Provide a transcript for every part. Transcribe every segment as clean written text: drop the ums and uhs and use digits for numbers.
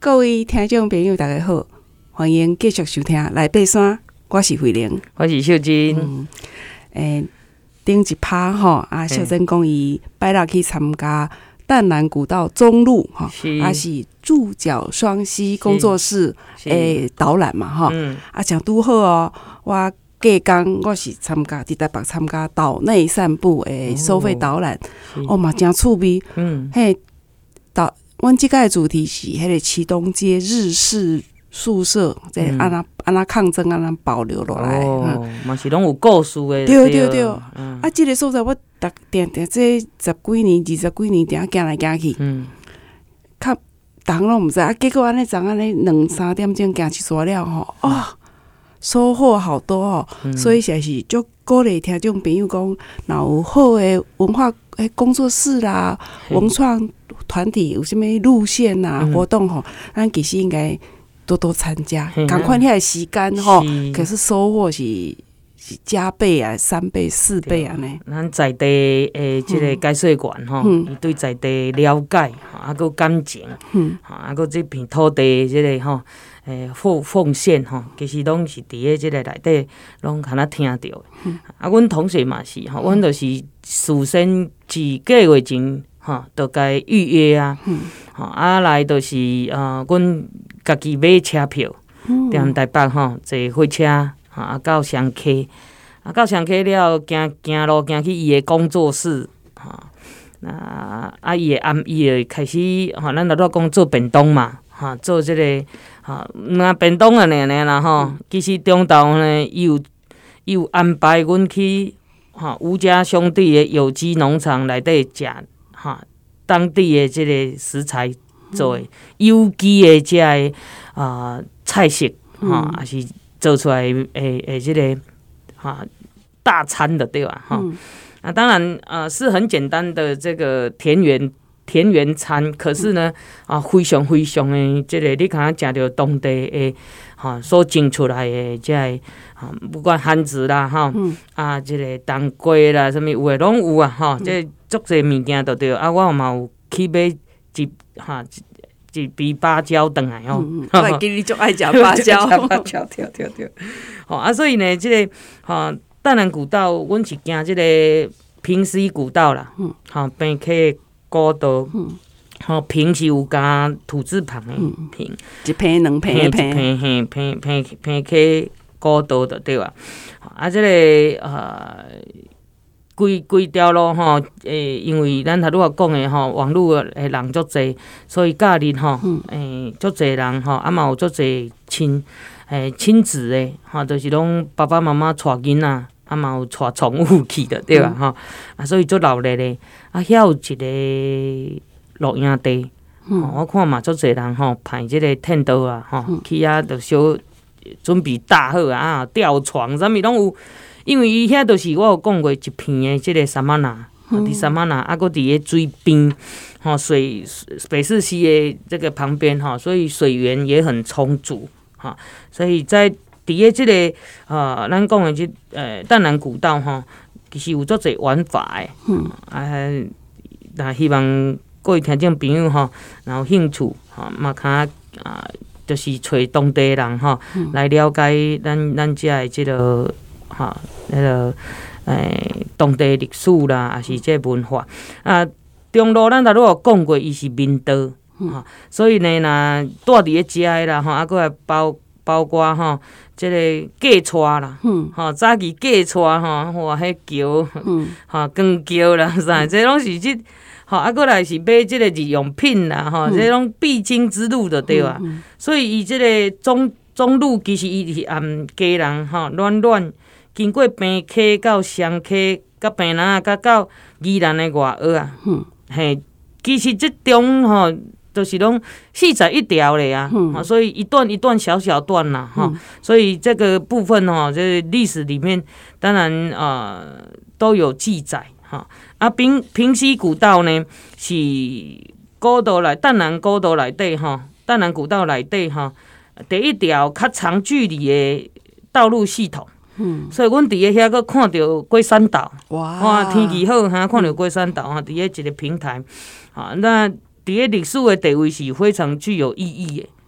各位听众朋友，大家好，欢迎继续收听《来爬山》，我是慧玲， 我是秀珍。 顶一趴吼，秀珍讲伊拜六去参加淡南古道中路哈，是注脚双溪工作室诶导览嘛哈，讲拄好哦，我隔工我是参加伫台北参加岛内散步诶收费导览，嘛真趣味，嘿。阮即个主题是迄个启东街日式宿舍，即安那抗争安那保留落来， 嘛是拢有故事的。 对，即个所在我定这10几年、20几年定行来行去，较人拢毋知，结果安尼昨安尼2、3点钟行一撮了吼，收获好多哦，所以实是足鼓励听众朋友讲，若有好的文化工作室啦、文创团体有啥物路线啊、活动吼，咱其实应该多多参加，赶快遐个时间吼，可是收获是加倍啊、3倍、4倍安尼。 咱在地诶，即个解说员吼，伊对在地了解，佮感情，佮这片土地即个吼。奉献吼，其实拢是伫个即个内底，拢敢若听到的。阮同学嘛是吼，阮就是事先几个月前吼，就该预约啊。来就是阮家己买车票，踮台北吼坐火车，到双溪，到双溪了，行路行去伊的工作室，伊会伊会开始咱就讲做便当嘛，做即个。那便当安尼啦吼，其实中昼呢，伊有安排阮去吴家兄弟的有机农场内底食当地的即个食材做的有机的即个菜色也是做出来诶即个大餐的对吧当然是很简单的这个田园餐，可是呢，非常非常的这个，你敢食到当地的所种出来的这个不管番子啦这个冬瓜啦，什么有的拢有啊这足侪物件都对我嘛有去买一杯芭蕉回来我会记你足爱食芭蕉， 对。所以呢，这个淡南古道，阮是行这个平溪古道啦，边去。古道，平是有加土字旁的平， 一平两平一平去古道就对啊。这个规条路因为咱头拄讲的网络的人足侪，所以假日足侪人嘛有足侪亲子的就是拢爸爸妈妈带囡仔。嘛有带宠物去的，对吧？所以足闹热的。遐有一个录影地，我看嘛足侪人排即个텐트啊，去遐就小准备搭好吊床，啥物拢有。因为伊遐就是我有讲过一片的即个沙马纳，伫沙马纳搁伫个水边，北势溪的这个旁边所以水源也很充足所以在。伫个即个咱讲的淡南古道其实有足侪玩法的。那希望各位听众朋友若有兴趣嘛就是找当地人来了解咱遮的即个当地历史啦，也是即个文化中路咱头拄讲过，伊是民道所以呢，若住伫个遮的啦搁来包括即个架厝啦，早期架厝哇，迄桥，光桥啦，啥，这拢是搁来是买即个日用品啦，这拢必经之路的对吧？所以伊即个中路其实伊是家人乱经过平溪到双溪，到平南到宜兰的外澳嘿，其实这中就是拢41条嘞所以一段一段小小段啦所以这个部分这历史里面当然都有记载平溪古道呢是古道淡南古道内底淡南古道内底第一条较长距离的道路系统。所以阮伫个遐个看到龟山岛，哇，天气好看到龟山岛伫个一个平台那伫个历史的地位是非常具有意义的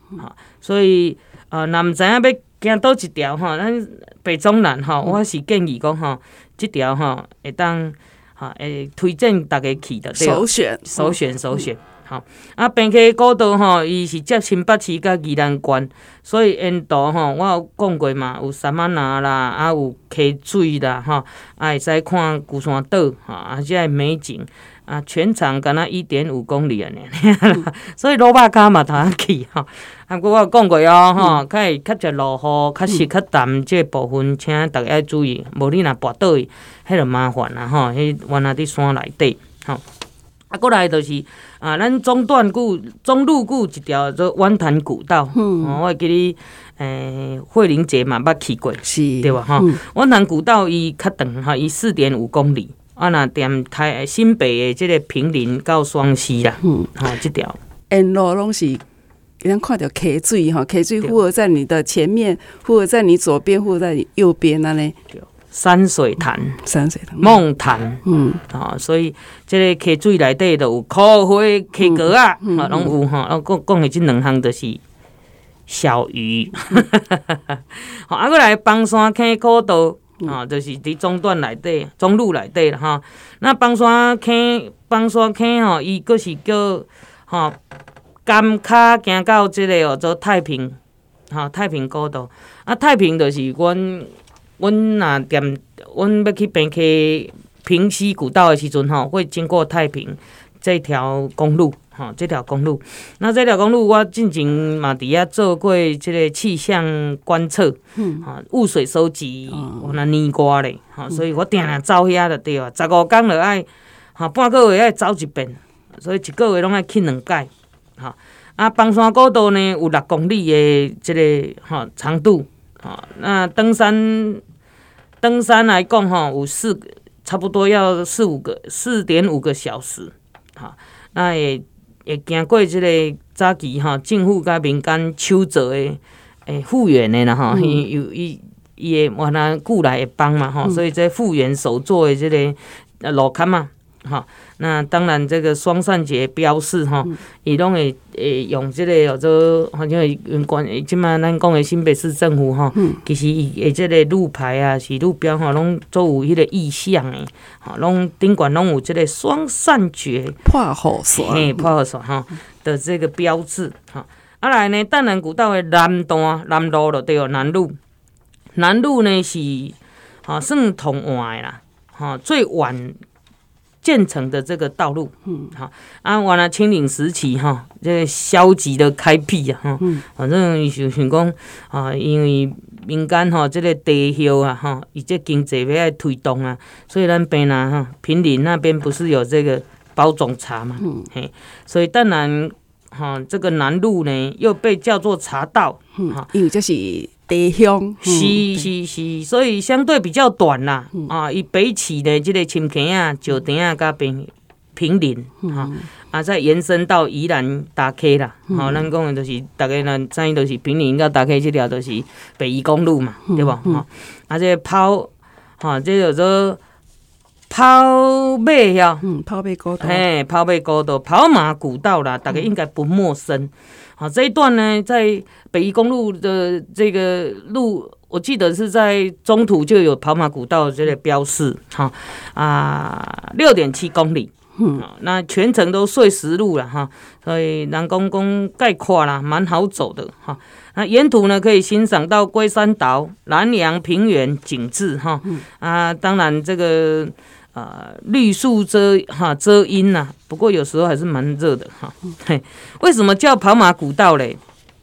所以若毋知影要行倒一条吼，咱北中南吼，我是建议讲吼，即条吼会当会推荐大家去的， 首选。 好，平溪古道吼，伊是接新北市甲宜兰县，所以沿途吼，我有讲过嘛，有三仔林啦，有溪水啦，会使看鼓山岛，这美景。全长敢若1.5公里安尼，所以老爸家嘛通啊去吼。不过我有讲过较会较侪落雨，较湿较淡这部分，请大家注意，无你若跋倒去，迄就麻烦啦吼。迄原来伫山内底吼。过来就是咱中路古一条做湾潭古道，我会记你慧玲姐嘛捌去过， 是对吧？湾潭古道伊较长伊4.5公里。若踮新北的即个平林到双溪啦，即条沿路拢是，咱看到溪水溪水忽而在你的前面，忽而在你左边，忽而在你右边安尼。 山水潭、梦潭，所以即个溪水内底就有苦花、溪膏啊，拢有讲的即两项就是小鱼。过来邦山溪古道。就是伫中段内底、中路内底啦那邦山溪伊阁是叫甘卡行到即个做太平古道。太平就是阮若阮要去平溪平溪古道的时阵会经过太平这条公路。这条公路，那这条公路我之前嘛伫遐做过这个气象观测，雾水收集，那年瓜咧，所以我定定走遐就对啊，15天就爱，半个月爱走一遍，所以一个月拢爱去2摆，邦山古道呢有6公里的这个长度，那登山来讲有差不多要4.5个小时，那会经过即个早期政府甲民间手做的复原的啦伊的原来旧来会帮嘛所以这复原手做的即个路坎嘛那当然这个双扇节标示伊拢会用即个叫做好像用即摆咱讲的新北市政府其实伊的即个路牌啊是路标拢做有迄个意象的拢顶管拢有即个双扇节破雨伞的这个标志来呢淡南古道的南路就对了，南路呢是算同晚的啦最晚建成的这个道路，原来清领时期这个消极的开辟反正就想讲因为民间这个地休伊这经济要爱推动所以咱边平林那边不是有这个包种茶嘛，所以当然这个南路呢又被叫做茶道， 因为这是地乡， 是，所以相对比较短啦。伊北起的这个深溪啊、石亭啊、甲平林，再延伸到宜兰大溪啦。咱讲的就是大家若知影，就是平林到大溪这条就是北宜公路嘛，对吧？这这叫做跑马呀， 跑马古道， 跑马古道、跑马古道啦，大家应该不陌生。这一段呢，在北宜公路的这个路，我记得是在中途就有跑马古道这个标示，6.7公里，那全程都碎石路了所以人讲概括啦，蛮好走的那沿途呢可以欣赏到龟山岛、南洋平原景致当然这个。绿树遮阴呐，不过有时候还是蛮热的为什么叫跑马古道嘞？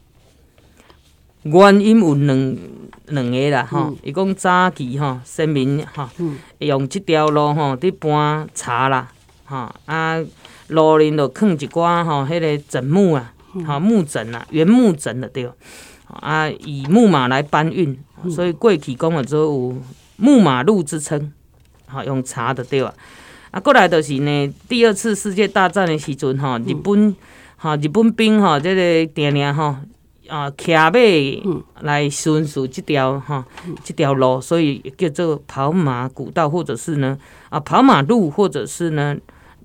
原因有两个啦伊讲早期先民用这条路伫搬茶啦路面就放一寡迄个枕木啊木枕啊原木枕的对以木马来搬运，所以过去讲就有木马路之称。用茶的对吧？过来就是呢，第2次世界大战的时阵日本兵这个定骑马来巡视这条路，所以叫做跑马古道，或者是呢跑马路，或者是呢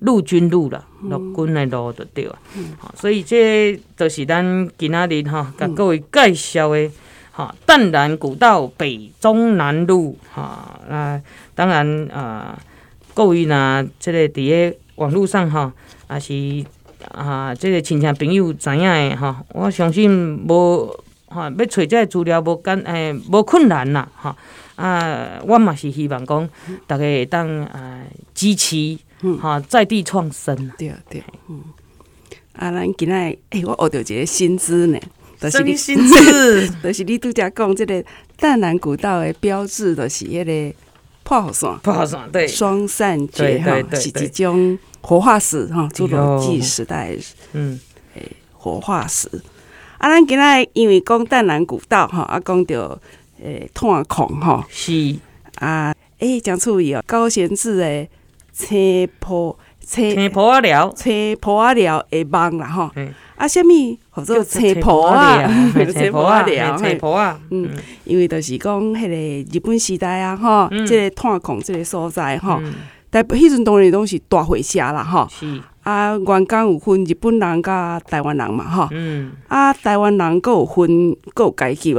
陆军路啦，陆军的路就对啊。所以这就是咱今仔日甲各位介绍的淡蓝古道北中南路当然各位若这个伫咧网络上也是这个亲戚朋友知影的我相信无要找这个资料无困难啦我嘛是希望讲大家会当支持在地创生对，咱今仔我学到一个新知呢。 什么新知？ 就是你拄则讲这个淡蓝古道的标志，就是迄个破雨伞， 对， 双扇蕨是一种活化石侏罗纪时代活化石。咱今仔因为讲淡蓝古道讲到炭矿是讲趣味高贤志的青埔仔寮的梦啦什么叫做青埔仔寮？因为就是讲迄个日本时代这个炭矿这个所在但迄阵当然拢是大火车啦员工有分日本人甲台湾人嘛台湾人佫有分佫有阶级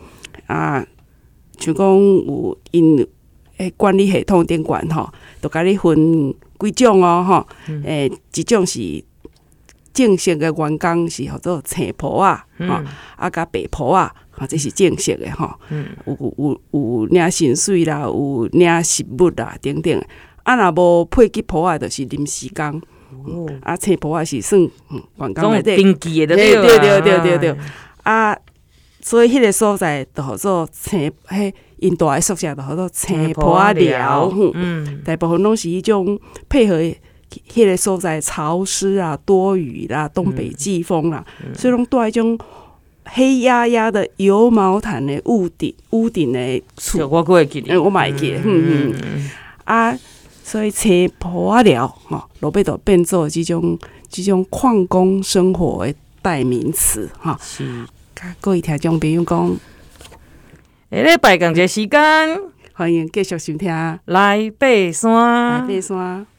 像讲有因管理系统顶悬就甲你分几种一种是正式的员工是叫做青埔仔甲白埔仔这是正式的有领薪水啦，有领食物啦等等。若无配给埔仔，就是临时工。青埔仔是算员工内底登记的对。所以迄个所在就叫做因大的宿舍就叫做青埔仔寮。大部分拢是迄种配合迄个所在潮湿多雨啦、东北季风啦，所以拢住迄种黑压压的油毛毯的屋顶的厝。 我会记得， 我嘛会记得。所以青埔仔寮落尾就变做这种矿工生活的代名词是。 各位听众朋友讲， 下礼拜同一个时间， 欢迎继续收听来爬山。